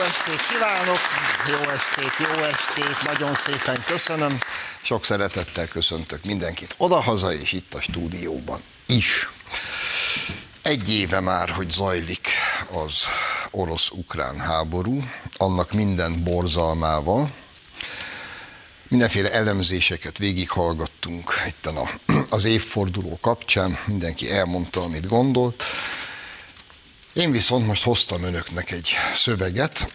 estét kívánok, jó estét, nagyon szépen köszönöm. Sok szeretettel köszöntök mindenkit odahaza és itt a stúdióban is. Egy éve már, hogy zajlik az orosz-ukrán háború, annak minden borzalmával. Mindenféle elemzéseket végighallgattunk itten az évforduló kapcsán, mindenki elmondta, amit gondolt. Én viszont most hoztam önöknek egy szöveget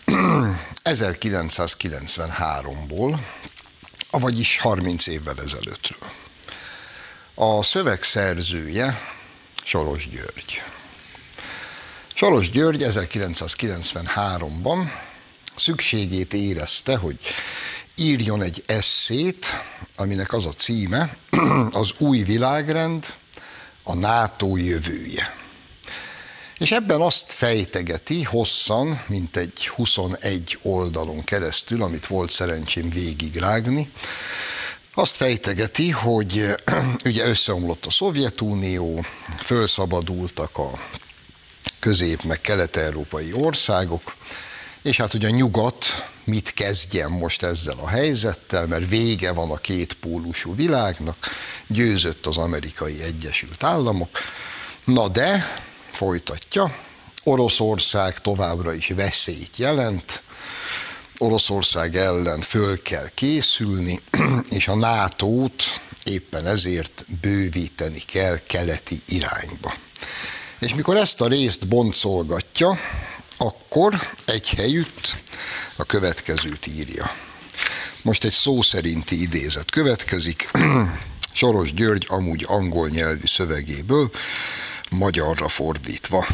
1993-ból, vagyis 30 évvel ezelőttről. A szöveg szerzője Soros György. Soros György 1993-ban szükségét érezte, hogy írjon egy esszét, aminek az a címe, az új világrend, a NATO jövője. És ebben azt fejtegeti hosszan, mint egy 21 oldalon keresztül, amit volt szerencsém végigrágni, azt fejtegeti, hogy ugye összeomlott a Szovjetunió, fölszabadultak a közép- meg kelet-európai országok, és hát ugye a nyugat mit kezdjen most ezzel a helyzettel, mert vége van a kétpólusú világnak, győzött az Amerikai Egyesült Államok. Na de, folytatja, Oroszország továbbra is veszélyt jelent, Oroszország ellen föl kell készülni, és a NATO-t éppen ezért bővíteni kell keleti irányba. És mikor ezt a részt boncolgatja, akkor egy helyütt a következőt írja. Most egy szó szerinti idézet következik, Soros György amúgy angol nyelvű szövegéből, magyarra fordítva.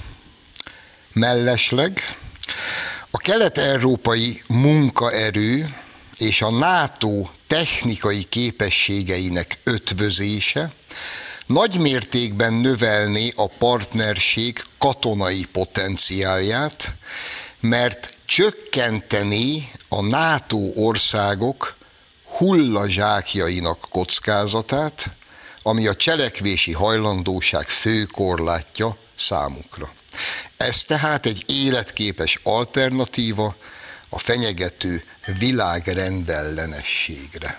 Mellesleg a kelet-európai munkaerő és a NATO technikai képességeinek ötvözése nagy mértékben növelné a partnerség katonai potenciálját, mert csökkentené a NATO országok hullazsákjainak kockázatát, ami a cselekvési hajlandóság fő korlátja számukra. Ez tehát egy életképes alternatíva a fenyegető világrendellenességre.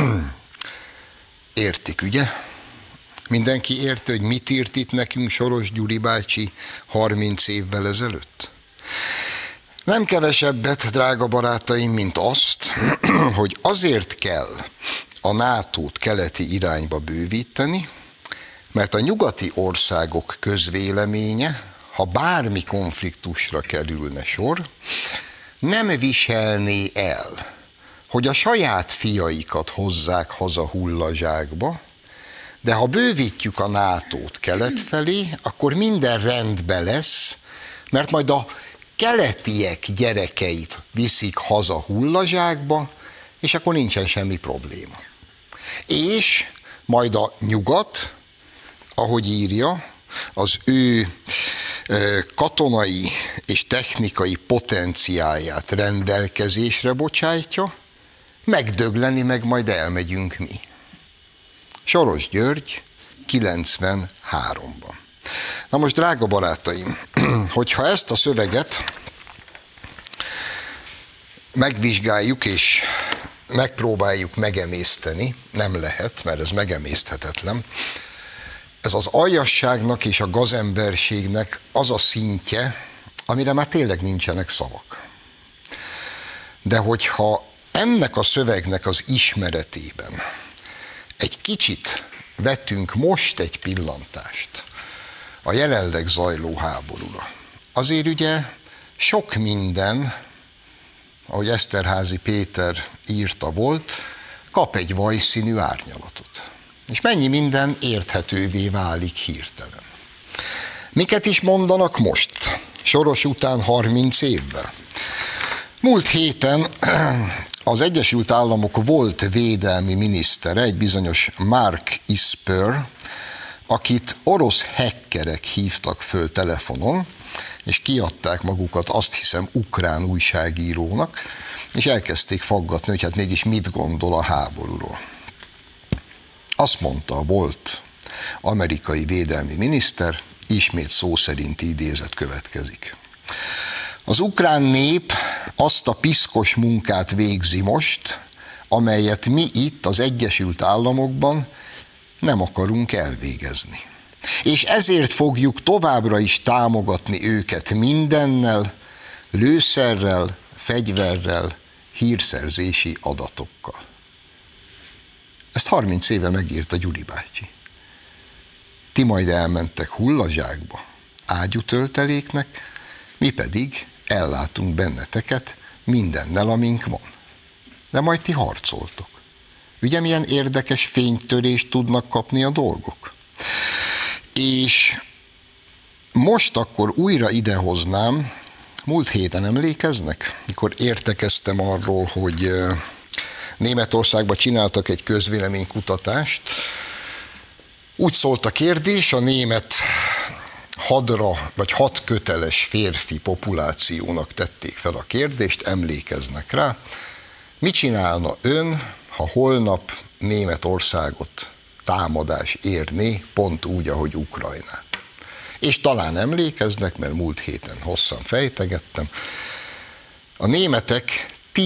Értik, ugye? Mindenki érti, hogy mit írt itt nekünk Soros Gyuri bácsi 30 évvel ezelőtt? Nem kevesebbet, drága barátaim, mint azt, hogy azért kell a NATO-t keleti irányba bővíteni, mert a nyugati országok közvéleménye, ha bármi konfliktusra kerülne sor, nem viselné el, hogy a saját fiaikat hozzák haza hullazsákba, de ha bővítjük a NATO-t kelet felé, akkor minden rendben lesz, mert majd a keletiek gyerekeit viszik haza hullazsákba, és akkor nincsen semmi probléma. És majd a nyugat, ahogy írja, az ő katonai és technikai potenciálját rendelkezésre bocsájtja, megdögleni meg majd elmegyünk mi. Soros György 93-ban. Na most, drága barátaim, hogyha ezt a szöveget megvizsgáljuk és megpróbáljuk megemészteni, nem lehet, mert ez megemészthetetlen, ez az aljasságnak és a gazemberségnek az a szintje, amire már tényleg nincsenek szavak. De hogyha ennek a szövegnek az ismeretében egy kicsit vettünk most egy pillantást a jelenleg zajló háborúra, azért ugye sok minden, ahogy Eszterházy Péter írta volt, kap egy vajszínű árnyalatot. És mennyi minden érthetővé válik hirtelen. Miket is mondanak most, Soros után 30 évvel? Múlt héten az Egyesült Államok volt védelmi minisztere, egy bizonyos Mark Esper, akit orosz hackerek hívtak föl telefonon, és kiadták magukat, azt hiszem, ukrán újságírónak, és elkezdték faggatni, hogy hát mégis mit gondol a háborúról. Azt mondta a volt amerikai védelmi miniszter, ismét szó szerinti idézet következik. Az ukrán nép azt a piszkos munkát végzi most, amelyet mi itt az Egyesült Államokban nem akarunk elvégezni. És ezért fogjuk továbbra is támogatni őket mindennel, lőszerrel, fegyverrel, hírszerzési adatokkal. Ezt 30 éve megírta Gyuri bácsi. Ti majd elmentek hullazsákba, ágyútölteléknek, mi pedig ellátunk benneteket mindennel, amink van. De majd ti harcoltok. Ugye milyen érdekes fénytörést tudnak kapni a dolgok? És most akkor újra idehoznám, múlt héten emlékeznek, mikor értekeztem arról, hogy Németországban csináltak egy közvéleménykutatást. Úgy szólt a kérdés, a német hadra, vagy hadköteles férfi populációnak tették fel a kérdést, emlékeznek rá. Mit csinálna ön, ha holnap Németországot támadás érné, pont úgy, ahogy Ukrajnát? És talán emlékeznek, mert múlt héten hosszan fejtegettem, a németek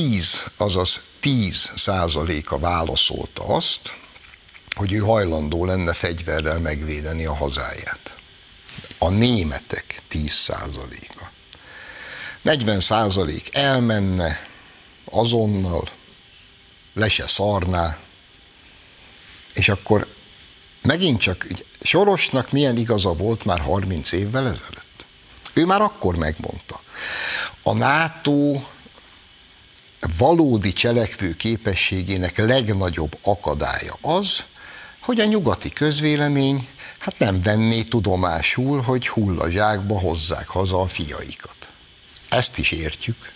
10% válaszolta azt, hogy ő hajlandó lenne fegyverrel megvédeni a hazáját. A németek 10%-a. 40% elmenne azonnal, le se szarná, és akkor megint csak Sorosnak milyen igaza volt már 30 évvel ezelőtt. Ő már akkor megmondta. A NATO valódi cselekvő képességének legnagyobb akadálya az, hogy a nyugati közvélemény nem venné tudomásul, hogy hullazsákba hozzák haza a fiaikat. Ezt is értjük.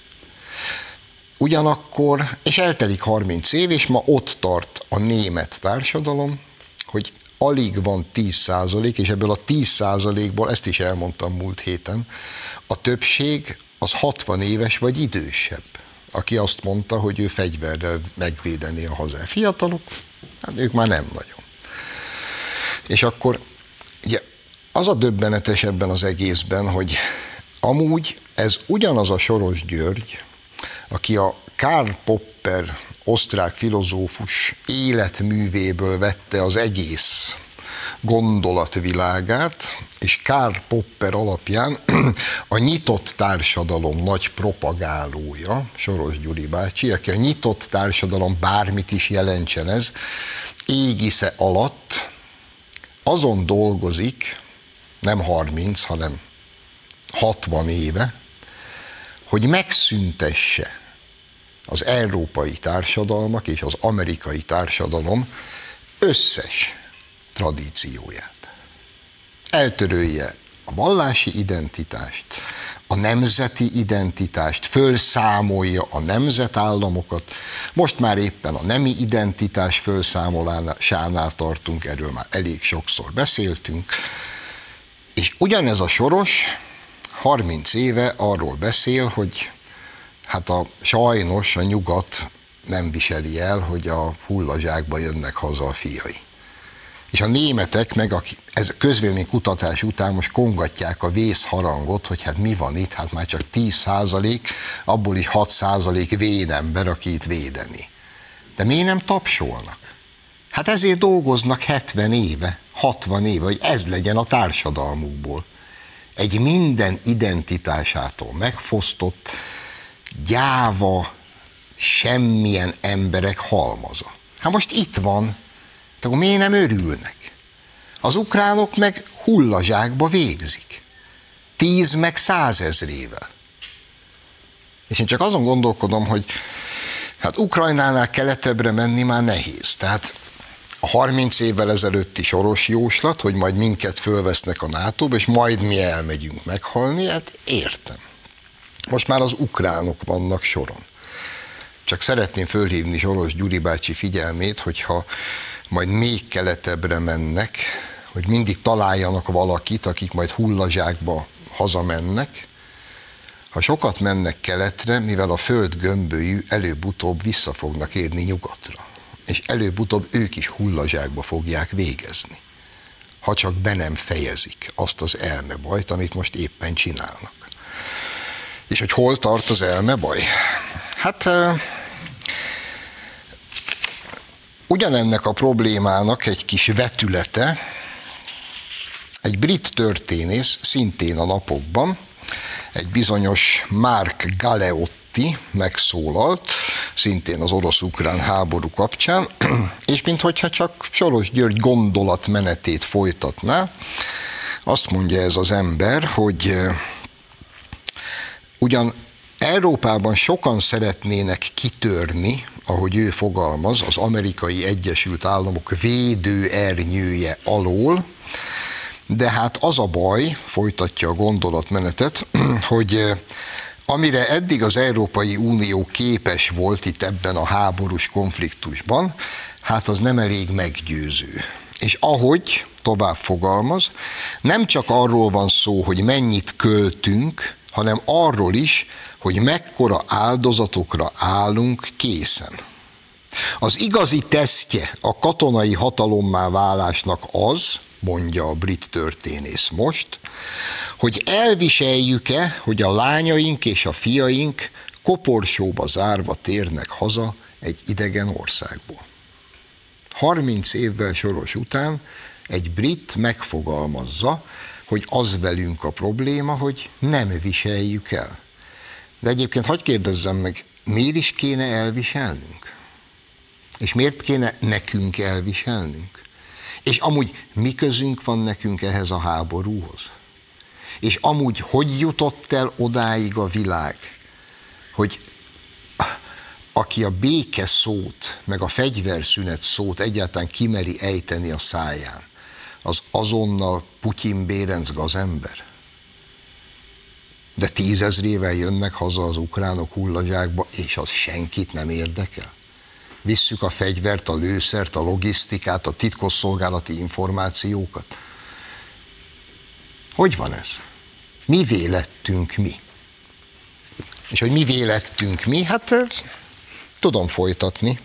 Ugyanakkor, és eltelik 30 év, és ma ott tart a német társadalom, hogy alig van 10%, és ebből a 10%-ból, ezt is elmondtam múlt héten, a többség az 60 éves vagy idősebb, aki azt mondta, hogy ő fegyverrel megvédeni a hazát. Fiatalok, ők már nem nagyon. És akkor ugye, az a döbbenetes ebben az egészben, hogy amúgy ez ugyanaz a Soros György, aki a Karl Popper osztrák filozófus életművéből vette az egész gondolatvilágát, és Karl Popper alapján a nyitott társadalom nagy propagálója, Soros Gyuri bácsi, aki a nyitott társadalom, bármit is jelentsen ez, égisze alatt azon dolgozik, nem 30, hanem 60 éve, hogy megszüntesse az európai társadalmak és az amerikai társadalom összes tradícióját. Eltörölje a vallási identitást, a nemzeti identitást, fölszámolja a nemzetállamokat. Most már éppen a nemi identitás fölszámolásánál tartunk, erről már elég sokszor beszéltünk. És ugyanez a Soros 30 éve arról beszél, hogy sajnos a nyugat nem viseli el, hogy a hullazsákba jönnek haza a fiai. És a németek meg ez a közvéleménykutatás után most kongatják a vészharangot, hogy mi van itt, már csak 10%, abból is 6% védember, aki itt védeni. De miért nem tapsolnak? Ezért dolgoznak 70 éve, 60 éve, hogy ez legyen a társadalmukból. Egy minden identitásától megfosztott, gyáva, semmilyen emberek halmaza. Most itt van, akkor miért nem örülnek? Az ukránok meg hullazsákba végzik. 10 meg 100 ezrével. És én csak azon gondolkodom, hogy Ukrajnánál keletebbre menni már nehéz. Tehát a 30 évvel ezelőtti Soros jóslat, hogy majd minket fölvesznek a NATO-ba, és majd mi elmegyünk meghalni, értem. Most már az ukránok vannak soron. Csak szeretném fölhívni Soros Gyuri bácsi figyelmét, hogyha majd még keletebbre mennek, hogy mindig találjanak valakit, akik majd hullazsákba hazamennek. Ha sokat mennek keletre, mivel a föld gömbölyű, előbb-utóbb vissza fognak érni nyugatra. És előbb-utóbb ők is hullazsákba fogják végezni. Ha csak be nem fejezik azt az elmebajt, amit most éppen csinálnak. És hogy hol tart az elmebaj? Hát ugyanennek a problémának egy kis vetülete, egy brit történész, szintén a napokban, egy bizonyos Mark Galeotti megszólalt, szintén az orosz-ukrán háború kapcsán, és minthogyha csak Soros György gondolatmenetét folytatná, azt mondja ez az ember, hogy ugyan Európában sokan szeretnének kitörni, ahogy ő fogalmaz, az Amerikai Egyesült Államok védőernyője alól, de hát az a baj, folytatja a gondolatmenetet, hogy amire eddig az Európai Unió képes volt itt ebben a háborús konfliktusban, hát az nem elég meggyőző. És ahogy tovább fogalmaz, nem csak arról van szó, hogy mennyit költünk, hanem arról is, hogy mekkora áldozatokra állunk készen. Az igazi tesztje a katonai hatalommá válásnak az, mondja a brit történész most, hogy elviseljük-e, hogy a lányaink és a fiaink koporsóba zárva térnek haza egy idegen országból. 30 évvel Soros után egy brit megfogalmazza, hogy az velünk a probléma, hogy nem viseljük el. De egyébként hadd kérdezzem meg, miért is kéne elviselnünk? És miért kéne nekünk elviselnünk? És amúgy mi közünk van nekünk ehhez a háborúhoz? És amúgy hogy jutott el odáig a világ, hogy aki a béke szót, meg a fegyverszünet szót egyáltalán kimeri ejteni a száján, az azonnal Putyin Bérenc gazember? De 10 000-ével jönnek haza az ukránok hullazsákba, és az senkit nem érdekel. Visszük a fegyvert, a lőszert, a logisztikát, a titkosszolgálati információkat. Hogy van ez? Mivé lettünk mi? És hogy mivé lettünk mi? Hát tudom folytatni.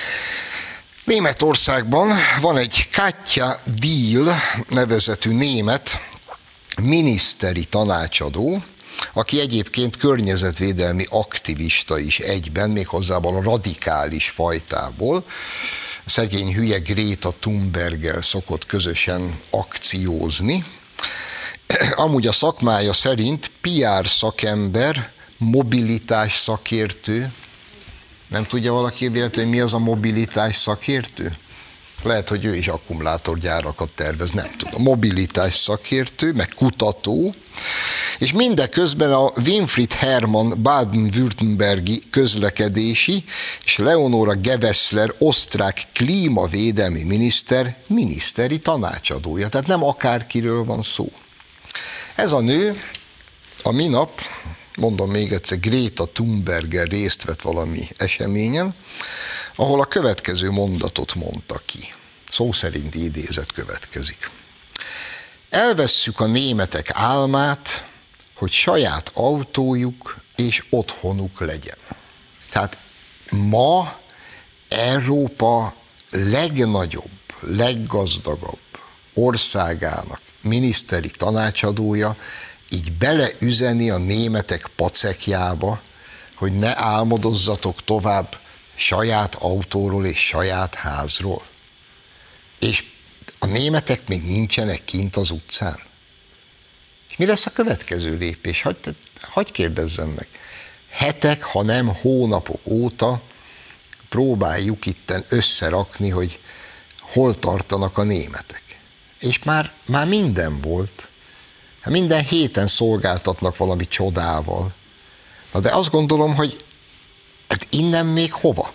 Németországban van egy Katja Diehl nevezetű német miniszteri tanácsadó, aki egyébként környezetvédelmi aktivista is egyben, méghozzá a radikális fajtából. Szegény hülye Greta Thunberggel szokott közösen akciózni. Amúgy a szakmája szerint PR szakember, mobilitás szakértő. Nem tudja valaki véletlenül, mi az a mobilitás szakértő? Lehet, hogy ő is akkumulátorgyárakat tervez, nem tudom. Mobilitás szakértő, meg kutató, és mindeközben a Winfried Hermann baden-württembergi közlekedési és Leonora Gewessler osztrák klímavédelmi miniszter miniszteri tanácsadója, tehát nem akárkiről van szó. Ez a nő a minap, mondom még egyszer, Greta Thunberggel részt vett valami eseményen, ahol a következő mondatot mondta ki. Szó szerint idézet következik. Elvesszük a németek álmát, hogy saját autójuk és otthonuk legyen. Tehát ma Európa legnagyobb, leggazdagabb országának miniszteri tanácsadója így beleüzeni a németek pacekjába, hogy ne álmodozzatok tovább saját autóról és saját házról. És a németek még nincsenek kint az utcán. És mi lesz a következő lépés? Hadd kérdezzem meg. Hetek, ha nem hónapok óta próbáljuk itten összerakni, hogy hol tartanak a németek. És már minden volt. Hát minden héten szolgáltatnak valami csodával. Na de azt gondolom, hogy hát innen még hova?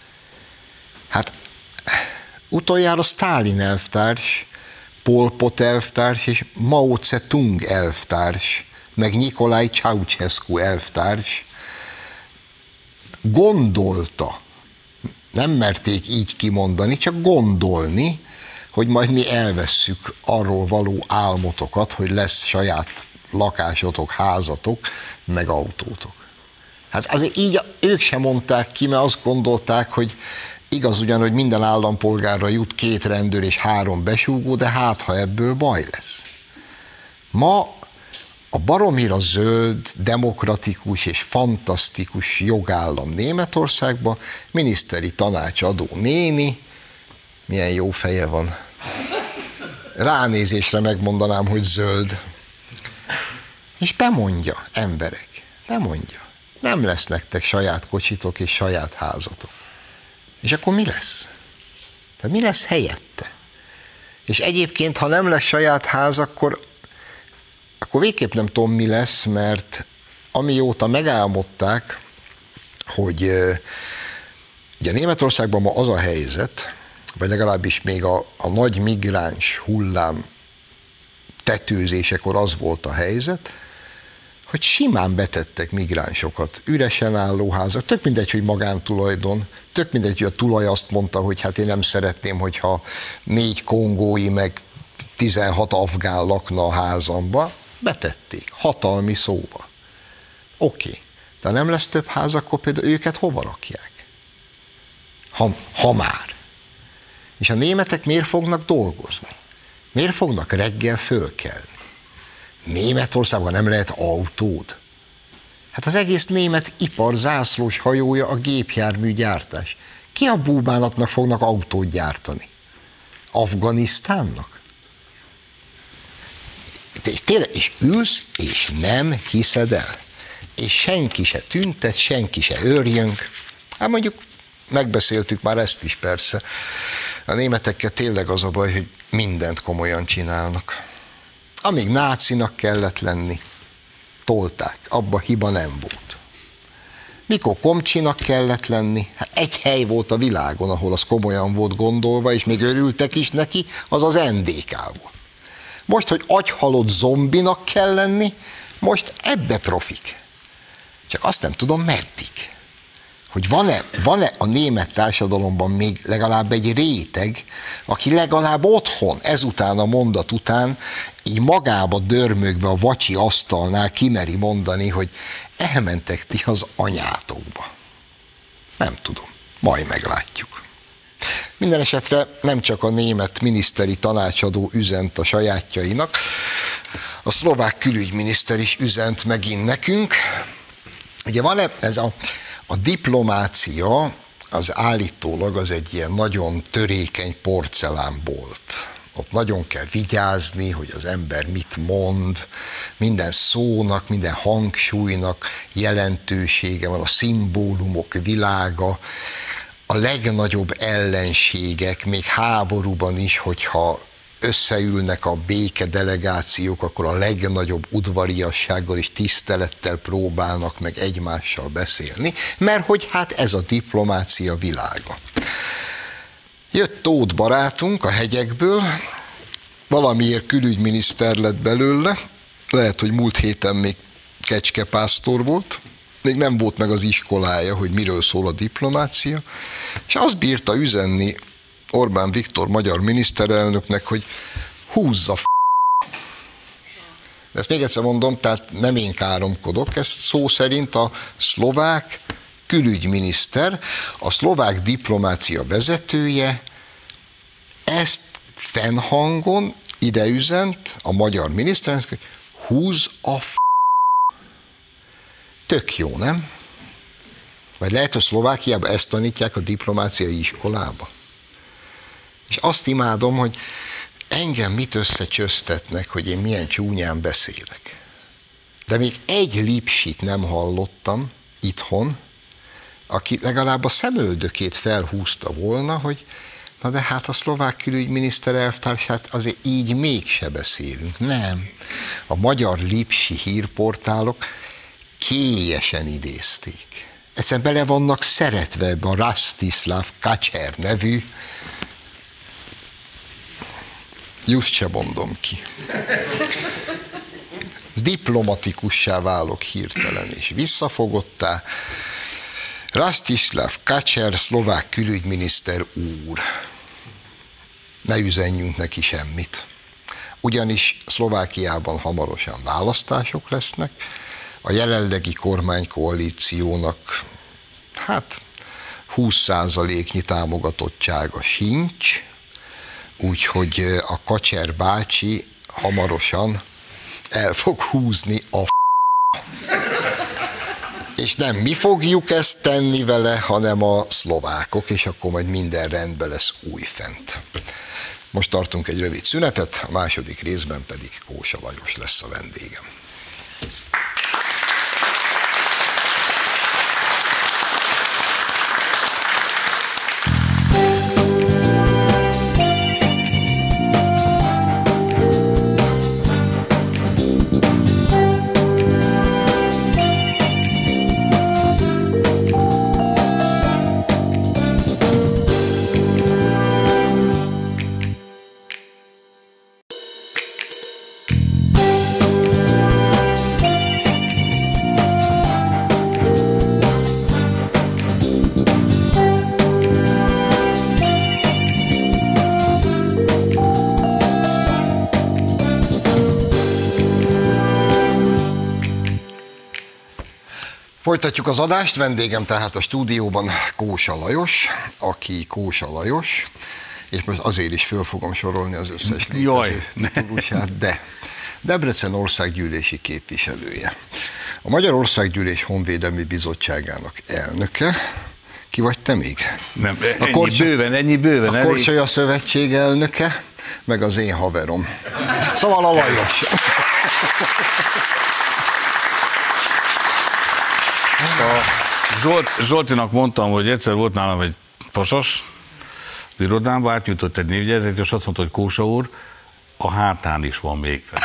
Hát utoljára Sztálin elvtárs, Pol Pot elvtárs és Mao Tse-tung elvtárs, meg Nikolaj Ceausescu elvtárs gondolta, nem merték így kimondani, csak gondolni, hogy majd mi elvesszük arról való álmotokat, hogy lesz saját lakásotok, házatok, meg autótok. Hát azért így ők sem mondták ki, mert azt gondolták, hogy igaz ugyan, hogy minden állampolgárra jut 2 rendőr és 3 besúgó, de hát, ha ebből baj lesz. Ma a a baromira zöld, demokratikus és fantasztikus jogállam Németországban miniszteri tanácsadó néni, milyen jó feje van. Ránézésre megmondanám, hogy zöld. És bemondja, emberek, bemondja. Nem lesz nektek saját kocsitok és saját házatok. És akkor mi lesz? Tehát mi lesz helyette? És egyébként, ha nem lesz saját ház, akkor végképp nem tudom, mi lesz, mert amióta megálmodták, hogy ugye Németországban ma az a helyzet, vagy legalábbis még a nagy migráns hullám tetőzésekor az volt a helyzet, hogy simán betettek migránsokat, üresen álló házak, tök mindegy, hogy magántulajdon, tök mindegy, hogy a tulaj azt mondta, hogy hát én nem szeretném, hogyha 4 kongói meg 16 afgán lakna a házamba, betették, hatalmi szóval. Oké, de nem lesz több ház, akkor például őket hova rakják? Ha már. És a németek miért fognak dolgozni? Miért fognak reggel fölkelni? Németországban nem lehet autód. Hát az egész német ipar zászlós hajója a gépjárműgyártás. Ki a búbánatnak fognak autót gyártani? Afganisztánnak? És ülsz, és nem hiszed el. És senki se tüntet, senki se őrjönk. Hát mondjuk megbeszéltük már ezt is persze. A németekkel tényleg az a baj, hogy mindent komolyan csinálnak. Amíg nácinak kellett lenni, tolták, abba hiba nem volt. Mikor komcsinak kellett lenni, hát egy hely volt a világon, ahol az komolyan volt gondolva, és még örültek is neki, az az NDK volt. Most, hogy agyhalott zombinak kell lenni, most ebbe profik. Csak azt nem tudom, meddig. Hogy van-e a német társadalomban még legalább egy réteg, aki legalább otthon, ezután a mondat után, így magába dörmögve a vacsi asztalnál kimeri mondani, hogy elmentek ti az anyátokba. Nem tudom, majd meglátjuk. Minden esetre nem csak a német miniszteri tanácsadó üzent a sajátjainak, a szlovák külügyminiszter is üzent megint nekünk. Ugye van ez a diplomácia, az állítólag az egy ilyen nagyon törékeny porcelánbolt. Ott nagyon kell vigyázni, hogy az ember mit mond, minden szónak, minden hangsúlynak jelentősége van, a szimbólumok világa, a legnagyobb ellenségek, még háborúban is, hogyha összeülnek a béke delegációk, akkor a legnagyobb udvariassággal és tisztelettel próbálnak meg egymással beszélni, mert hogy hát ez a diplomácia világa. Jött Tóth barátunk a hegyekből, valamiért külügyminiszter lett belőle, lehet, hogy múlt héten még kecskepásztor volt, még nem volt meg az iskolája, hogy miről szól a diplomácia, és azt bírta üzenni Orbán Viktor magyar miniszterelnöknek, hogy húzza De ezt még egyszer mondom, tehát nem én káromkodok, ezt szó szerint a szlovák külügyminiszter, a szlovák diplomácia vezetője ezt fennhangon ideüzent a magyar miniszterelnök, hogy húzz a Tök jó, nem? Vagy lehet, hogy Szlovákiában ezt tanítják a diplomáciai iskolába. És azt imádom, hogy engem mit összecsöztetnek, hogy én milyen csúnyán beszélek. De még egy lipsit nem hallottam itthon, aki legalább a szemöldökét felhúzta volna, hogy na de hát a szlovák külügyminiszter elvtársát azért így mégse beszélünk. Nem. A magyar lipsi hírportálok kélyesen idézték. Egyszerűen bele vannak szeretve ebbe a Rastislav Kacser nevű, just se mondom ki. Diplomatikussá válok hirtelen, és visszafogottá. Rastislav Kacser, szlovák külügyminiszter úr. Ne üzenjünk neki semmit. Ugyanis Szlovákiában hamarosan választások lesznek, a jelenlegi kormánykoalíciónak 20%-nyi támogatottsága sincs, úgyhogy a Kacser bácsi hamarosan el fog húzni a és nem mi fogjuk ezt tenni vele, hanem a szlovákok, és akkor majd minden rendben lesz újfent. Most tartunk egy rövid szünetet, a második részben pedig Kósa Lajos lesz a vendégem. Folytatjuk az adást, vendégem tehát a stúdióban Kósa Lajos, aki Kósa Lajos, és most azért is föl fogom sorolni az összes létező titulusát, de Debrecen országgyűlési képviselője, a Magyar Országgyűlés Honvédelmi Bizottságának elnöke, ki vagy te még? Nem, ennyi bőven. A Korcsolya Szövetség elnöke, meg az én haverom. Szóval a Lajos. Zsoltinak mondtam, hogy egyszer volt nálam egy pasas az irodámban, átnyújtott egy névjegyzetet, és azt mondta, hogy Kósa úr, a hátán is van még fel.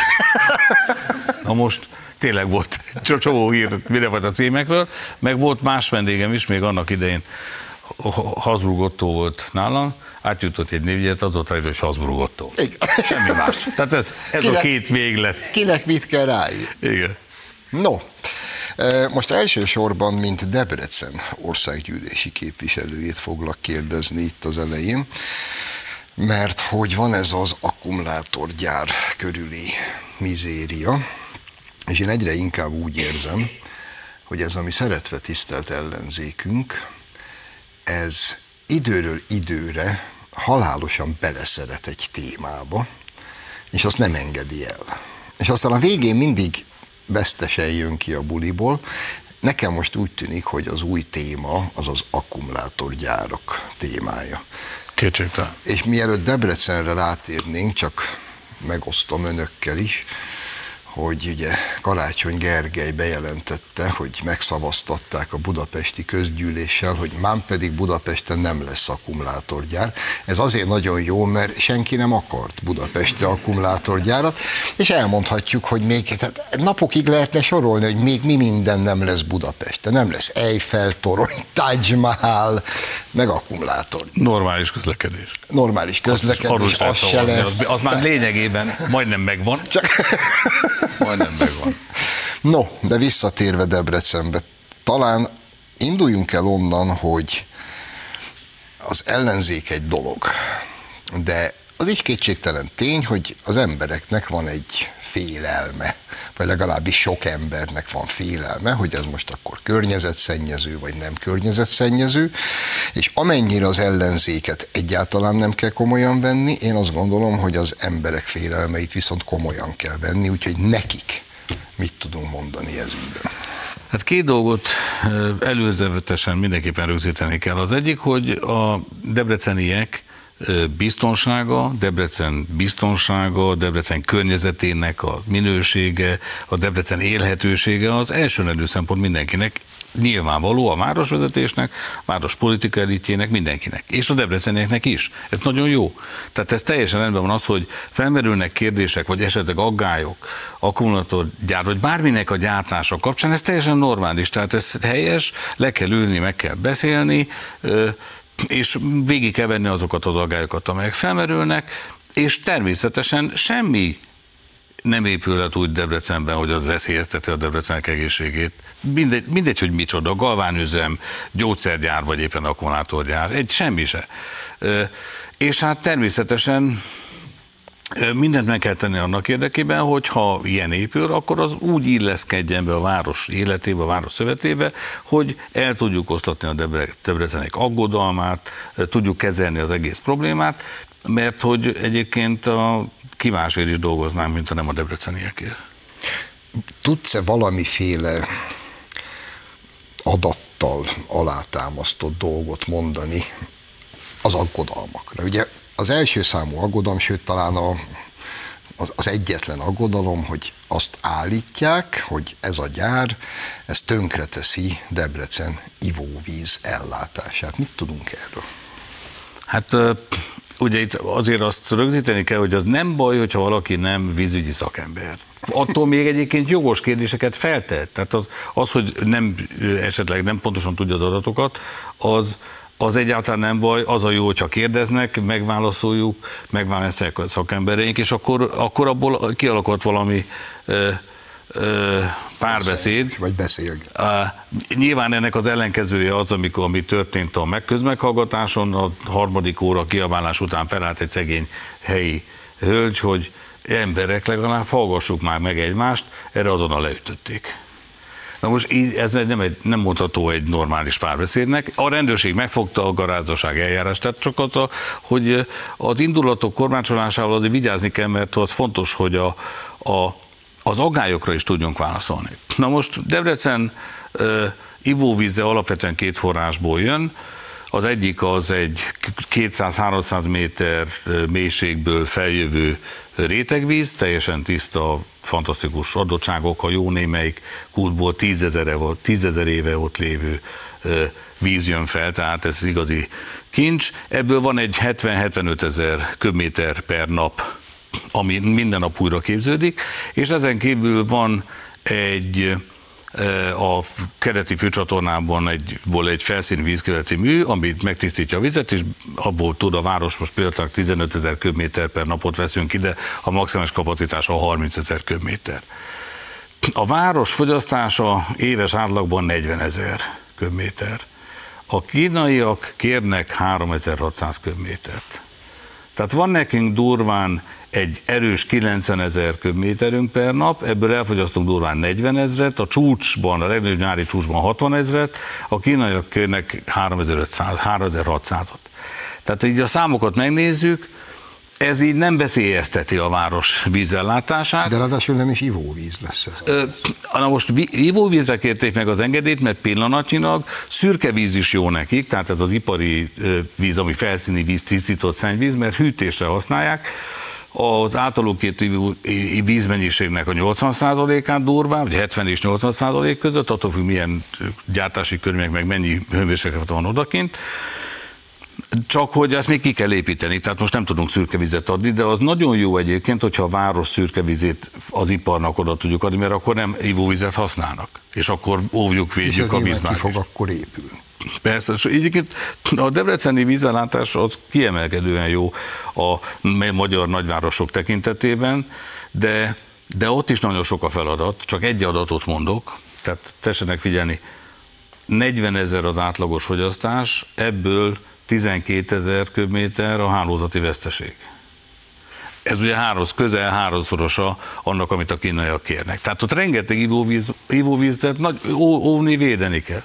Na most tényleg volt csomó hír mindenfajta címekről, meg volt más vendégem is, még annak idején Habsburg Ottó volt nálam, átjutott egy névjegyet, az ott rajta, hogy Habsburg Ottó. Semmi más. Tehát ez a két véglet. Kinek mit kell ráírni? Igen. No, most elsősorban, mint Debrecen országgyűlési képviselőjét foglak kérdezni itt az elején, mert hogy van ez az akkumulátorgyár körüli mizéria, és én egyre inkább úgy érzem, hogy ez a mi szeretve tisztelt ellenzékünk, ez időről időre halálosan beleszeret egy témába, és azt nem engedi el. És aztán a végén mindig vesztesen jön ki a buliból. Nekem most úgy tűnik, hogy az új téma az az akkumulátorgyárak témája. Kétségtelen. És mielőtt Debrecenre rátérnénk, csak megosztom önökkel is, hogy ugye Karácsony Gergely bejelentette, hogy megszavaztatták a budapesti közgyűléssel, hogy mám pedig Budapesten nem lesz akkumulátorgyár. Ez azért nagyon jó, mert senki nem akart Budapestre akkumulátorgyárat, és elmondhatjuk, hogy még tehát napokig lehetne sorolni, hogy még mi minden nem lesz Budapesten. Nem lesz Eiffel torony, Taj Mahal, meg akkumulátor. Normális közlekedés. Normális közlekedés, az se lesz. Az már lényegében majdnem megvan. Majdnem megvan. No, de visszatérve Debrecenbe, talán induljunk el onnan, hogy az ellenzék egy dolog, de az is kétségtelen tény, hogy az embereknek van egy félelme, vagy legalábbis sok embernek van félelme, hogy ez most akkor környezetszennyező, vagy nem környezetszennyező, és amennyire az ellenzéket egyáltalán nem kell komolyan venni, én azt gondolom, hogy az emberek félelmeit viszont komolyan kell venni, úgyhogy nekik mit tudunk mondani ez ügyben. Hát két dolgot előzetesen mindenképpen rögzíteni kell. Az egyik, hogy a debreceniek biztonsága, Debrecen környezetének a minősége, a Debrecen élhetősége az elsőrendű szempont mindenkinek, nyilvánvaló a városvezetésnek, a város politika elitjének, mindenkinek, és a debrecenieknek is. Ez nagyon jó. Tehát ez teljesen rendben van az, hogy felmerülnek kérdések, vagy esetleg aggályok, akkumulátorgyár, vagy bárminek a gyártása kapcsán, ez teljesen normális, tehát ez helyes, le kell ülni, meg kell beszélni, és végig kell venni azokat az aggályokat, amelyek felmerülnek, és természetesen semmi nem épülhet úgy Debrecenben, hogy az veszélyezteti a Debrecenek egészségét. Mindegy, hogy micsoda, galvánüzem, gyógyszergyár, vagy éppen akkumulátorgyár, egy semmi se. És hát természetesen mindent meg kell tenni annak érdekében, hogy ha ilyen épül, akkor az úgy illeszkedjen be a város életébe, a város szövetébe, hogy el tudjuk oszlatni a Debrecenek aggodalmát, tudjuk kezelni az egész problémát, mert hogy egyébként ki másért is dolgoznánk, mint ha nem a debreceniekért. tudsz-e valamiféle adattal alátámasztott dolgot mondani az aggodalmakra? Ugye az első számú aggodalom, sőt talán az egyetlen aggodalom, hogy azt állítják, hogy ez a gyár, ez tönkreteszi Debrecen ivóvíz ellátását. Mit tudunk erről? Hát ugye itt azért azt rögzíteni kell, hogy az nem baj, hogyha valaki nem vízügyi szakember. Attól még egyébként jogos kérdéseket feltehet. Tehát az hogy esetleg nem pontosan tudja az adatokat, az egyáltalán nem baj, az a jó, hogyha kérdeznek, megválaszoljuk, megválaszolják a szakembereink, és akkor abból kialakult valami párbeszéd. Vagy beszélget. Nyilván ennek az ellenkezője az, ami történt a közmeghallgatáson, a 3. óra kiabálás után felállt egy szegény helyi hölgy, hogy emberek, legalább hallgassuk már meg egymást, erre azonnal leütötték. Na most így ez nem mondható egy normális párbeszédnek. A rendőrség megfogta a garázdaság eljárást, tehát csak hogy az indulatok kormácsolásával azért vigyázni kell, mert az fontos, hogy az aggályokra is tudjunk válaszolni. Na most Debrecen ivóvíze alapvetően 2 forrásból jön. Az egyik az egy 200-300 méter mélységből feljövő rétegvíz, teljesen tiszta, fantasztikus adottságok, ha jó némelyik kútból 10 000 éve ott lévő víz jön fel, tehát ez igazi kincs. Ebből van egy 70-75 000 köbméter per nap, ami minden nap újra képződik, és ezen kívül van a keleti főcsatornában egy felszíni vízkeleti mű, amit megtisztítja a vizet, és abból tud a város most például 15 000 köbméter per napot veszünk ide, a maximális kapacitása 30 000 köbméter. A város fogyasztása éves átlagban 40 000 köbméter. A kínaiak kérnek 3600 köbmétert. Tehát van nekünk durván egy erős 90 000 köbméterünk per nap, ebből elfogyasztunk durván 40 000-et, a csúcsban, a legnagyobb nyári csúcsban 60 000-et, a kínaiak kérnek 3600-at. Tehát így a számokat megnézzük, ez így nem veszélyezteti a város vízellátását. De ráadásul nem is ivóvíz lesz ez. Na most ivóvízre kérték meg az engedélyt, mert pillanatnyilag szürke víz is jó nekik, tehát ez az ipari víz, ami felszíni víz, tisztított szennyvíz, mert hűtésre használják. Az általuk kért vízmennyiségnek a 80%-át durván, vagy 70 és 80% között, attól függ, milyen gyártási körülmények, meg mennyi hőmérséklet van odakint. Csak hogy ezt még ki kell építeni, tehát most nem tudunk szürke vizet adni, de az nagyon jó egyébként, hogyha a város szürke vizét az iparnak oda tudjuk adni, mert akkor nem ivóvizet használnak, és akkor óvjuk, védjük a vízmást. És fog akkor épülni. Persze, és egyébként a debreceni vízellátás az kiemelkedően jó a magyar nagyvárosok tekintetében, de ott is nagyon sok a feladat, csak egy adatot mondok, tehát tessenek figyelni, 40 000 az átlagos fogyasztás, ebből 12 000 köbméter a hálózati veszteség. Ez ugye közel 3-szorosa annak, amit a kínaiak kérnek. Tehát ott rengeteg ivóvízet óvni, védeni kell.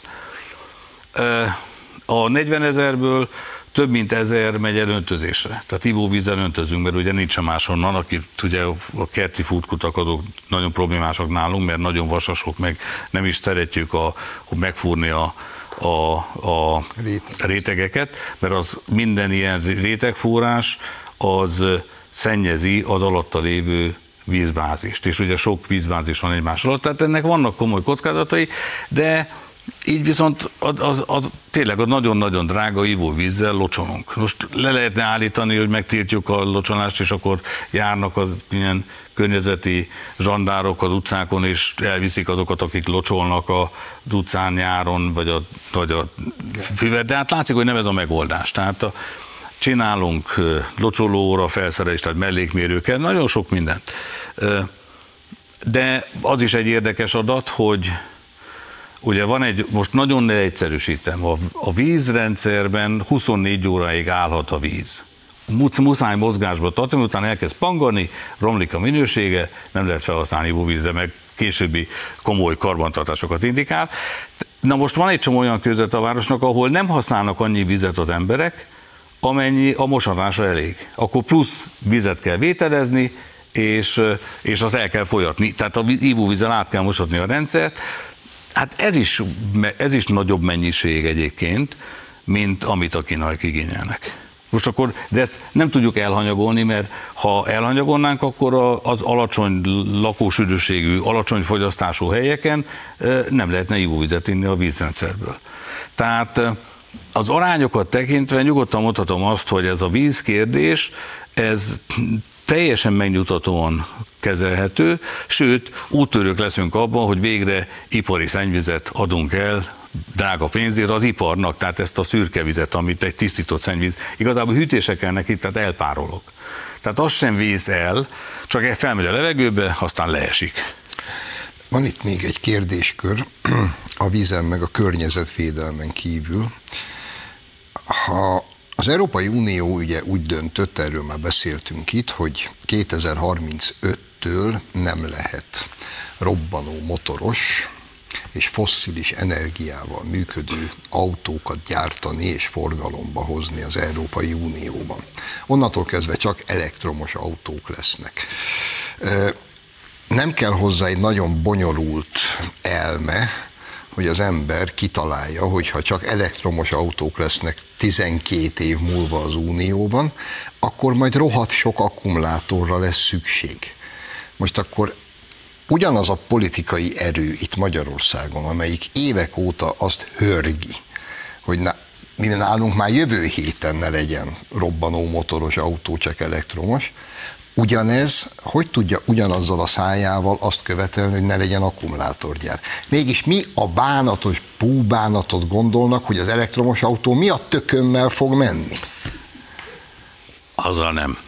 A 40 000-ből több mint 1000 megy el öntözésre. Tehát ivóvízzel öntözünk, mert ugye nincsen máshonnan, akik ugye a kerti fútkutak azok nagyon problémásak nálunk, mert nagyon vasasok, meg nem is szeretjük megfúrni a rétegeket, mert az minden ilyen rétegfúrás az szennyezi az alatta lévő vízbázist, és ugye sok vízbázis van egymás alatt, tehát ennek vannak komoly kockázatai, de így viszont az tényleg a nagyon-nagyon drága ivóvízzel locsolunk. Most le lehetne állítani, hogy megtiltjuk a locsolást, és akkor járnak az ilyen környezeti zsandárok az utcákon, és elviszik azokat, akik locsolnak az utcán nyáron, vagy a füvet, de hát látszik, hogy nem ez a megoldás. Tehát csinálunk locsolóra felszerelést, tehát mellékmérőket, nagyon sok mindent. De az is egy érdekes adat, hogy ugye van most nagyon leegyszerűsítem, a vízrendszerben 24 óráig állhat a víz. Muszáj mozgásba tartani, utána elkezd pangani, romlik a minősége, nem lehet felhasználni ivóvízre, meg későbbi komoly karbantartásokat indikál. Na most van egy csomó olyan között a városnak, ahol nem használnak annyi vizet az emberek, amennyi a mosatásra elég. Akkor plusz vizet kell vételezni, és az el kell folyatni. Tehát a ivóvízzel át kell mosatni a rendszert. Hát ez is nagyobb mennyiség egyébként, mint amit a kínaiak igényelnek. Most akkor, de ezt nem tudjuk elhanyagolni, mert ha elhanyagolnánk, akkor az alacsony lakósűrűségű, alacsony fogyasztású helyeken nem lehetne ivóvizet inni a vízrendszerből. Tehát az arányokat tekintve nyugodtan mondhatom azt, hogy ez a vízkérdés, ez teljesen megnyugtatóan kezelhető, sőt, úttörők leszünk abban, hogy végre ipari szennyvizet adunk el drága pénzért az iparnak, tehát ezt a szürke vizet, amit egy tisztított szennyvíz, igazából hűtésre kell neki, tehát elpárolog. Tehát az sem vész el, csak felmegy a levegőbe, aztán leesik. Van itt még egy kérdéskör a vízen meg a környezetvédelmen kívül. Ha az Európai Unió ugye úgy döntött, erről már beszéltünk itt, hogy 2035-től nem lehet robbanó motoros és fosszilis energiával működő autókat gyártani és forgalomba hozni az Európai Unióban. Onnantól kezdve csak elektromos autók lesznek. Nem kell hozzá egy nagyon bonyolult elme, hogy az ember kitalálja, hogy ha csak elektromos autók lesznek 12 év múlva az Unióban, akkor majd rohadt sok akkumulátorra lesz szükség. Most akkor ugyanaz a politikai erő itt Magyarországon, amelyik évek óta azt hörgi, hogy nálunk már jövő héten ne legyen robbanó motoros autó, csak elektromos, ugyanez, hogy tudja ugyanazzal a szájával azt követelni, hogy ne legyen akkumulátorgyár. Mégis mi a bánatos búbánatot gondolnak, hogy az elektromos autó mi a tökömmel fog menni? Azzal nem.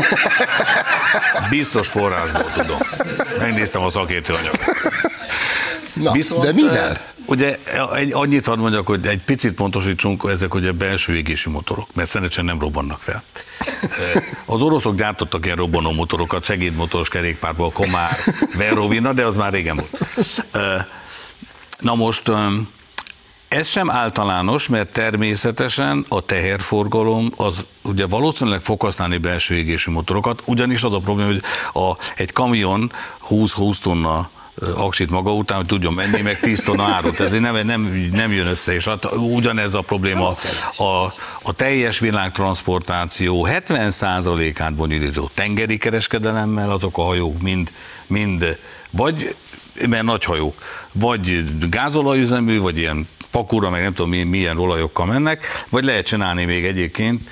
Biztos forrásból tudom. Megnéztem a szakértő anyagot. Na, viszont, de mivel? Ugye annyit hadd mondjak, hogy egy picit pontosítsunk, ezek ugye belső égésű motorok, mert szerencsére nem robbannak fel. Az oroszok gyártottak ilyen robbanó motorokat, segédmotoros kerékpárból, Komár, Verovina, de az már régen volt. Na most, ez sem általános, mert természetesen a teherforgalom az ugye valószínűleg fog használni belső égésű motorokat, ugyanis az a probléma, hogy egy kamion 20-20 tonna aksit maga után, hogy tudjon menni, meg 10 tonna árut. Ez nem jön össze, és ugyanez a probléma. A teljes világtranszportáció 70%-át bonyolító tengeri kereskedelemmel, azok a hajók mind vagy, mert nagy hajók, vagy gázolajüzemű, vagy ilyen pakúra, meg nem tudom milyen olajokkal mennek, vagy lehet csinálni még egyébként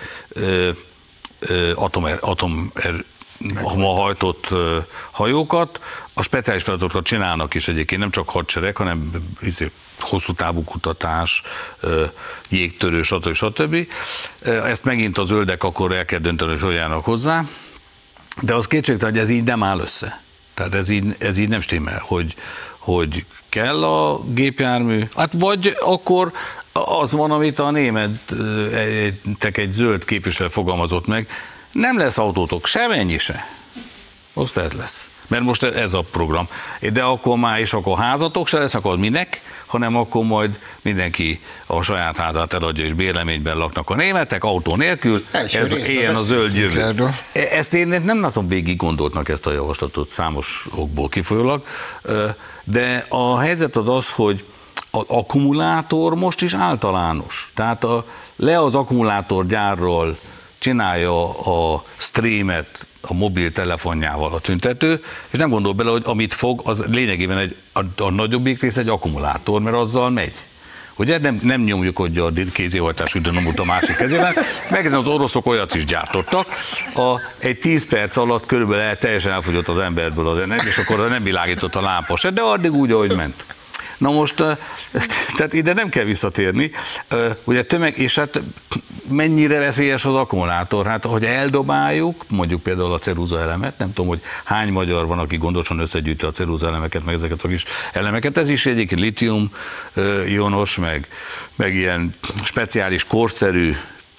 ma hajtott hajókat, a speciális feladatokat csinálnak is egyébként, nem csak hadsereg, hanem hosszú távú kutatás, jégtörő, stb. Ezt megint a zöldek akkor el kell dönteni, hogy járnak hozzá, de az kétségtelen, hogy ez így nem áll össze. Tehát ez így nem stimmel, hogy kell a gépjármű, hát vagy akkor az van, amit a németek egy zöld képviselő fogalmazott meg, nem lesz autótok, semennyi se. Azt lesz. Mert most ez a program. De akkor már is akkor házatok se lesz, akkor minek, hanem akkor majd mindenki a saját házát eladja, és bérleményben laknak a németek, autó nélkül, ez ilyen a zöld jövő. Erről. Ezt én nem látom végig gondoltnak ezt a javaslatot számos okból kifolyólag, de a helyzet az, hogy az akkumulátor most is általános. Tehát le az akkumulátorgyárról csinálja a streamet a mobiltelefonjával a tüntető, és nem gondol bele, hogy amit fog, az lényegében a nagyobbik rész egy akkumulátor, mert azzal megy. Ugye nem nyomjuk, hogy a kézihajtású dynamót a másik kezében, meg ezen az oroszok olyat is gyártottak, egy 10 perc alatt körülbelül teljesen elfogyott az emberből az energia, és akkor nem világított a lámpa se, de addig úgy, ahogy ment. Na most, tehát ide nem kell visszatérni, ugye és hát mennyire veszélyes az akkumulátor? Hát, hogy eldobáljuk, mondjuk például a ceruzaelemet, nem tudom, hogy hány magyar van, aki gondosan összegyűjti a ceruzaelemeket, meg ezeket a kis elemeket, ez is egyébként litium ionos, meg ilyen speciális korszerű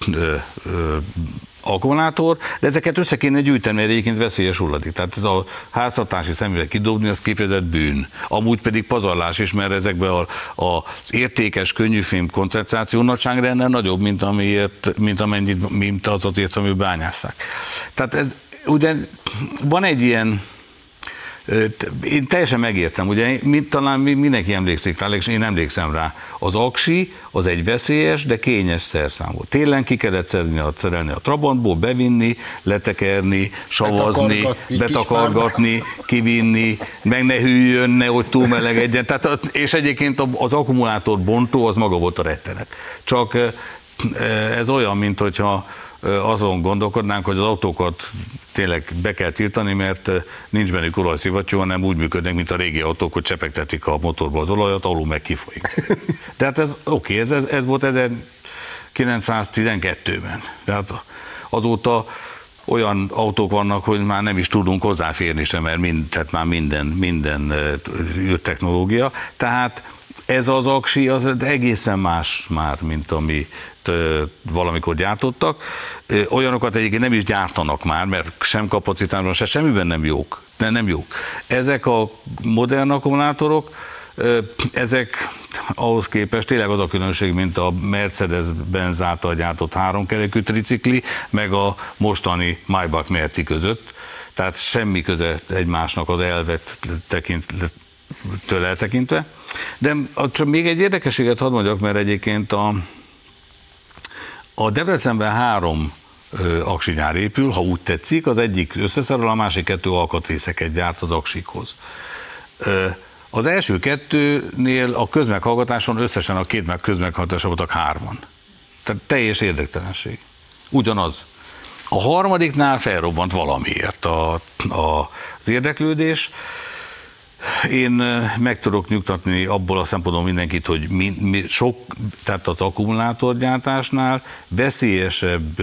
akkumulátor, de ezeket össze kéne gyűjteni, mert egyébként veszélyes hulladék. Tehát ez a háztartási szemüveg kidobni, az kifejezett bűn. Amúgy pedig pazarlás is, mert ezekben az értékes könnyűfém koncentráció nagyságrendel nagyobb, mint az ércemű bányásszák. Tehát ugye van egy ilyen, én teljesen megértem, ugye talán mindenki emlékszik rá, és én emlékszem rá, az aksi az egy veszélyes, de kényes szerszám volt. Télen ki kellett szerelni a Trabantból, bevinni, letekerni, savazni, betakargatni, kivinni, meg ne hűljön, nehogy túl melegedjen. Tehát, és egyébként az akkumulátor bontó az maga volt a rettenet. Csak ez olyan, mint hogyha azon gondolkodnánk, hogy az autókat tényleg be kell tiltani, mert nincs bennük olajszivattyú, hanem úgy működnek, mint a régi autók, hogy csepegtetik a motorba az olajat, alul meg kifolyik. Tehát ez oké, ez volt 1912-ben. Tehát azóta olyan autók vannak, hogy már nem is tudunk hozzáférni sem, mert tehát már minden technológia. Tehát ez az aksi az egészen más már, mint amit valamikor gyártottak. Olyanokat egyébként nem is gyártanak már, mert sem kapacitásban, se semmiben nem jók. Nem jók. Ezek a modern akkumulátorok, ezek ahhoz képest tényleg az a különbség, mint a Mercedes-Benz által gyártott 3 kerekű tricikli, meg a mostani Maybach Merci között. Tehát semmi köze egymásnak az elvet től eltekintve. De csak még egy érdekességet hadd mondjak, mert egyébként a Debrecenben 3 aksigyár épül, ha úgy tetszik, az egyik összeszerel, a másik 2 alkatrészeket gyárt az aksikhoz. Az első 2-nél a közmeghallgatáson összesen a 2 közmeghallgatáson voltak 3-an. Tehát teljes érdektelenség. Ugyanaz. A harmadiknál felrobbant valamiért az érdeklődés. Én meg tudok nyugtatni abból a szempontból mindenkit, hogy tehát az akkumulátorgyártásnál veszélyesebb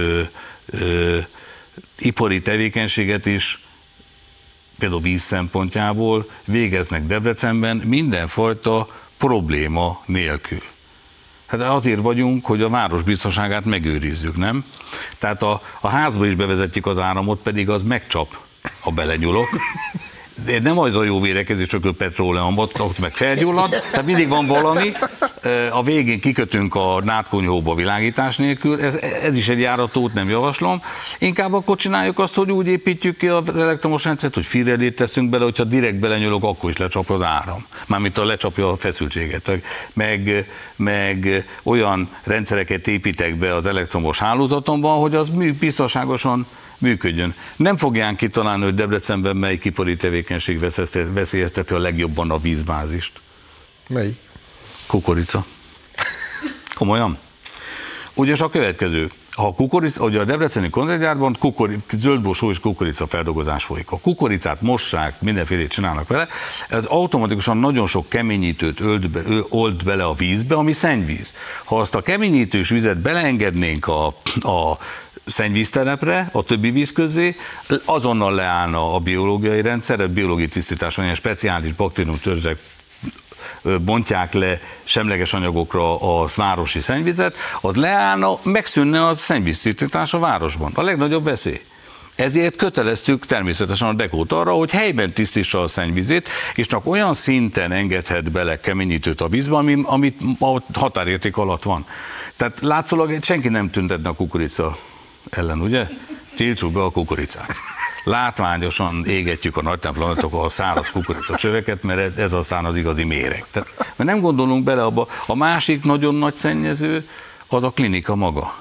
ipari tevékenységet is, például víz szempontjából végeznek Debrecenben mindenfajta probléma nélkül. Hát azért vagyunk, hogy a város biztonságát megőrizzük, nem? Tehát a házba is bevezetjük az áramot, pedig az megcsap, ha belenyúlok. De nem az a jó védekezés, csak a petróleum, ott meg felgyullad, tehát mindig van valami, a végén kikötünk a nátkonyhóba világítás nélkül, ez is egy járatót, nem javaslom. Inkább akkor csináljuk azt, hogy úgy építjük ki az elektromos rendszert, hogy firelét teszünk bele, hogyha direkt belenyúlok, akkor is lecsapja az áram. Mármint lecsapja a feszültséget. Meg olyan rendszereket építek be az elektromos hálózatomban, hogy az biztonságosan működjön. Nem fogják kitalálni, hogy Debrecenben melyik ipari tevékenység veszélyezteti a legjobban a vízbázist. Melyik? Kukorica. Komolyan? Ugyanis a következő. Ugye a debreceni konzervgyárban zöldborsó és kukorica feldolgozás folyik. A kukoricát mossák, mindenfélét csinálnak vele, ez automatikusan nagyon sok keményítőt old bele a vízbe, ami szennyvíz. Ha azt a keményítős vizet beleengednénk a szennyvíztelepre, a többi víz közé, azonnal leállna a biológiai rendszer, a biológiai tisztítás van, ilyen speciális baktériumtörzsek bontják le semleges anyagokra a városi szennyvizet, az leállna, megszűnne a szennyvíztisztítás a városban. A legnagyobb veszély. Ezért köteleztük természetesen a Dekót arra, hogy helyben tisztítsa a szennyvizét, és csak olyan szinten engedhet bele keményítőt a vízbe, amit a határérték alatt van. Tehát látszólag senki nem tüntetne a kukorica ellen, ugye? Tiltsuk be a kukoricát. Látványosan égetjük a nagy templomatokkal a száraz kukoricacsöveket, mert ez aztán az igazi méreg. Tehát, mert nem gondolunk bele abba. A másik nagyon nagy szennyező az a klinika maga.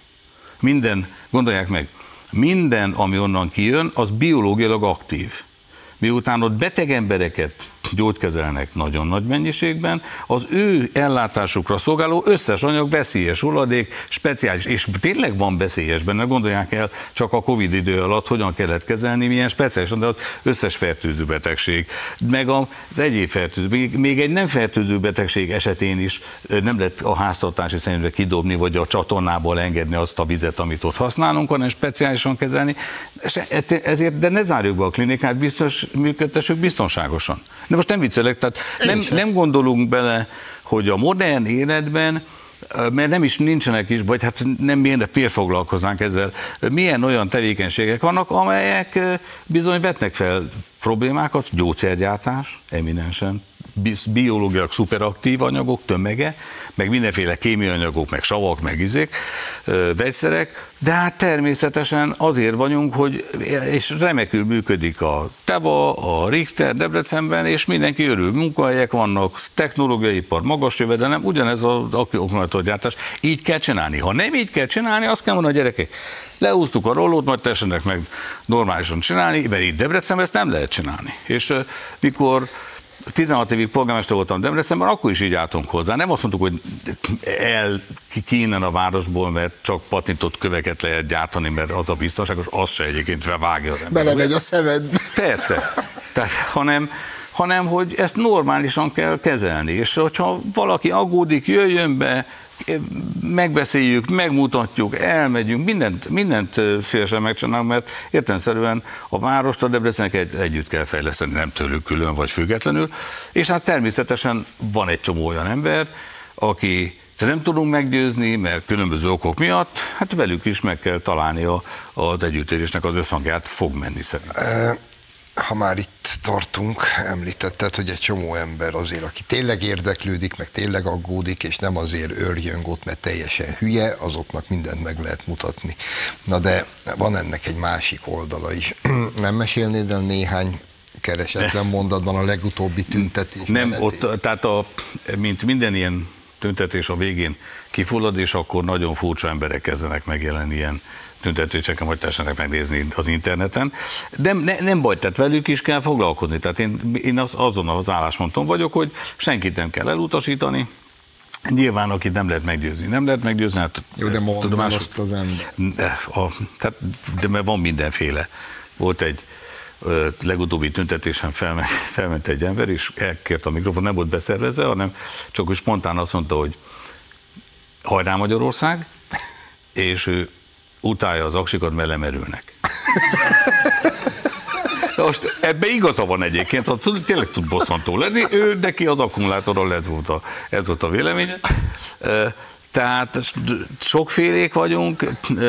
Gondolják meg, minden, ami onnan kijön, az biológiailag aktív. Miután ott beteg embereket gyógykezelnek nagyon nagy mennyiségben, az ő ellátásukra szolgáló összes anyag veszélyes hulladék, speciális, és tényleg van veszélyes benne, gondolják el, csak a Covid idő alatt hogyan kellett kezelni, milyen speciális, de az összes fertőző betegség, meg az egyéb fertőző, még egy nem fertőző betegség esetén is nem lehet a háztartási szennyvízbe kidobni, vagy a csatornából engedni azt a vizet, amit ott használunk, hanem speciálisan kezelni, ezért, de ne zárjuk be a klinikát, működtessük biztonságosan. De most nem viccelek, tehát nem gondolunk bele, hogy a modern életben, mert nem is nincsenek is, vagy hát nem miért foglalkoznánk ezzel, milyen olyan tevékenységek vannak, amelyek bizony vetnek fel problémákat, gyógyszergyártás, eminensen, biológiailag szuperaktív anyagok tömege, meg mindenféle kémiai anyagok, meg savak, meg izék, vegyszerek, de hát természetesen azért vagyunk, és remekül működik a TEVA, a Richter Debrecenben, és mindenki örül, munkahelyek vannak, technológiai ipar, magas jövedelem, ugyanez az akkumulátorgyártás. Így kell csinálni. Ha nem így kell csinálni, azt kell mondani a gyerekek, leúztuk a rollót, majd tessenek meg normálisan csinálni, mert itt Debrecenben ezt nem lehet csinálni. És mikor 16 évig polgármester voltam Debrecenben, akkor is így álltunk hozzá. Nem azt mondtuk, hogy ki innen a városból, mert csak patintott köveket lehet gyártani, mert az a biztonságos, az se egyébként vágja az ember. Belemegy a szemedbe. Persze. Tehát, hanem, hogy ezt normálisan kell kezelni. És hogyha valaki aggódik, jöjjön be, megbeszéljük, megmutatjuk, elmegyünk, mindent szívesen megcsinálunk, mert értelemszerűen a várost, a Debrecennek együtt kell fejleszteni, nem tőlük külön vagy függetlenül, és hát természetesen van egy csomó olyan ember, aki nem tudunk meggyőzni, mert különböző okok miatt, hát velük is meg kell találni az együttérésnek az összhangját, fog menni szerintem. Ha már itt tartunk, említetted, hogy egy csomó ember azért, aki tényleg érdeklődik, meg tényleg aggódik, és nem azért őrjöng ott, mert teljesen hülye, azoknak mindent meg lehet mutatni. Na de van ennek egy másik oldala is. Nem mesélnéd el néhány keresetlen mondatban a legutóbbi tüntetés? Nem, ott, tehát mint minden ilyen tüntetés a végén kifullad, és akkor nagyon furcsa emberek kezdenek megjelenni ilyen tüntetéseken, hogy tessenek megnézni az interneten. De nem baj, tehát velük is kell foglalkozni. Tehát én azon az állásponton vagyok, hogy senkit nem kell elutasítani. Nyilván, akit nem lehet meggyőzni, hát jó, de mondd azt az ember. De mert van mindenféle. Volt egy legutóbbi tüntetésen felment egy ember, és elkért a mikrofon, nem volt beszervezve, hanem csak spontán azt mondta, hogy hajrá Magyarország, és ő utálja az aksikat, mert lemerülnek. Most ebbe igaza van egyébként, tényleg tud bosszantó lenni, neki az akkumulátorról ez volt a véleménye. Tehát sokfélék vagyunk,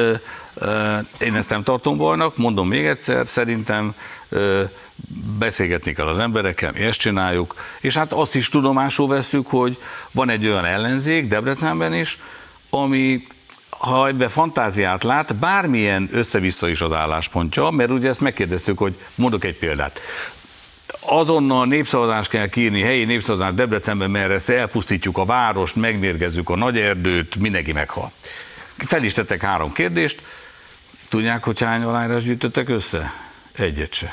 én ezt nem tartom bajnak, mondom még egyszer, szerintem beszélgetni kell az emberekkel, mi ezt csináljuk, és hát azt is tudomásul vesszük, hogy van egy olyan ellenzék, Debrecenben is, ami ha ebbe fantáziát lát, bármilyen össze-vissza is az álláspontja, mert ugye ezt megkérdeztük, hogy mondok egy példát. Azonnal népszavazást kell kiírni, helyi népszavazást Debrecenben, mert ezt elpusztítjuk a várost, megmérgezzük a nagy erdőt, mindenki meghal. Fel is tettek 3 kérdést. Tudják, hogy hány aláírás gyűjtöttek össze? Egyet se.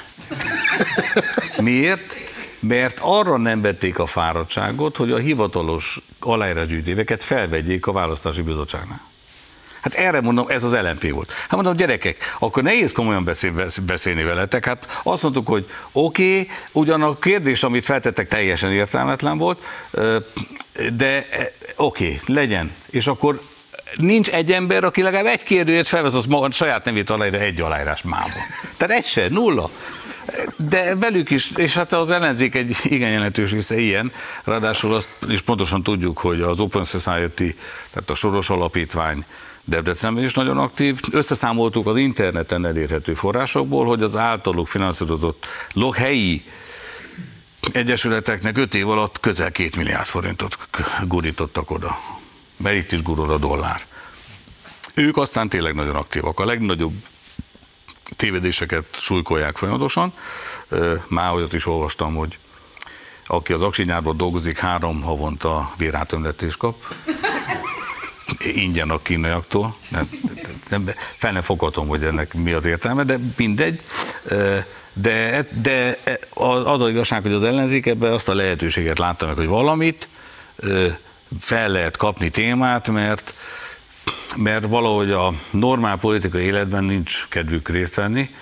Miért? Mert arra nem vették a fáradtságot, hogy a hivatalos aláírásgyűjtőket felvegyék a választási bizottságnál. Hát erre mondom, ez az LMP volt. Hát mondom, gyerekek, akkor nehéz komolyan beszélni veletek. Hát azt mondtuk, hogy oké, ugyan a kérdés, amit feltettek, teljesen értelmetlen volt, de oké, legyen. És akkor nincs egy ember, aki legalább egy kérdőjét felvesz, az maga saját nevét aláírja egy aláírás mába. Tehát egy se, 0. De velük is, és hát az ellenzék egy igen jelentős része ilyen, ráadásul azt is pontosan tudjuk, hogy az Open Society, tehát a Soros Alapítvány Debrecenben is nagyon aktív. Összeszámoltuk az interneten elérhető forrásokból, hogy az általuk finanszírozott helyi egyesületeknek 5 év alatt közel 2 milliárd forintot gurítottak oda. Mert itt is gurul a dollár. Ők aztán tényleg nagyon aktívak. A legnagyobb tévedéseket súlykolják folyamatosan. Már olyat is olvastam, hogy aki az Aksinyárban dolgozik, 3 havonta vérátömletést kap. Ingyen a kínaiaktól. Fel nem foghatom, hogy ennek mi az értelme, de mindegy. De az az igazság, hogy az ellenzék ebben azt a lehetőséget látta meg, hogy valamit fel lehet kapni témát, mert valahogy a normál politikai életben nincs kedvük részt venni.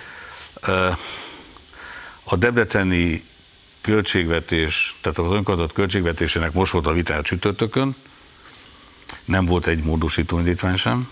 A debreceni költségvetés, tehát az önkormányzat költségvetésének most volt a vitája csütörtökön, nem volt egy módosító indítvány sem,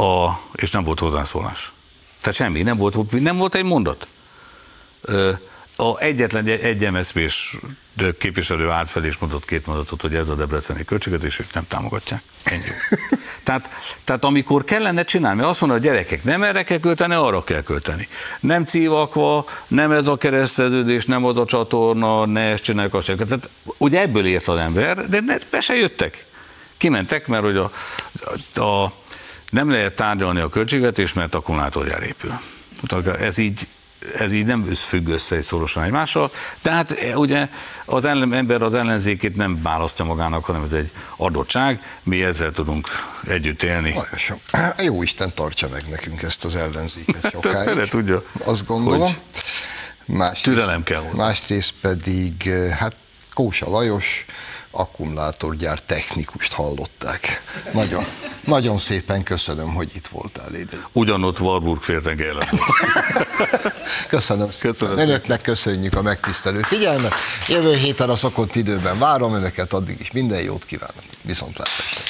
és nem volt hozzászólás. Tehát semmi, nem volt egy mondat. egyetlen egy MSZP-s képviselő állt fel és mondott 2 mondatot, hogy ez a debreceni költségvetés, ők nem támogatják. Ennyi. Tehát amikor kellene csinálni, mert azt mondja, a gyerekek, nem erre kell költeni, arra kell költeni. Nem Cívakva, nem ez a kereszteződés, nem az a csatorna, ne ezt csinálják, azt csinálják. Tehát ugye ebből ért az ember, de be se jöttek. Kimentek, mert hogy nem lehet tárgyalni a költségvetést, mert akkumulátorgyár épül. Ez így nem függ össze egy szorosan egymással, de hát ugye az ember az ellenzékét nem választja magának, hanem ez egy adottság, mi ezzel tudunk együtt élni. Jó Isten tartsa meg nekünk ezt az ellenzéket sokáig. Tudja, azt gondolom. Türelem kell hozzá. Másrészt pedig, hát Kósa Lajos, akkumulátorgyár technikust hallották. Nagyon szépen köszönöm, hogy itt voltál, Édel. Ugyanott Warburg Féltengelen. Köszönöm szépen. Önöknek köszönjük a megtisztelő figyelmet. Jövő héten a szokott időben várom önöket, addig is minden jót kívánok. Viszontlátásra.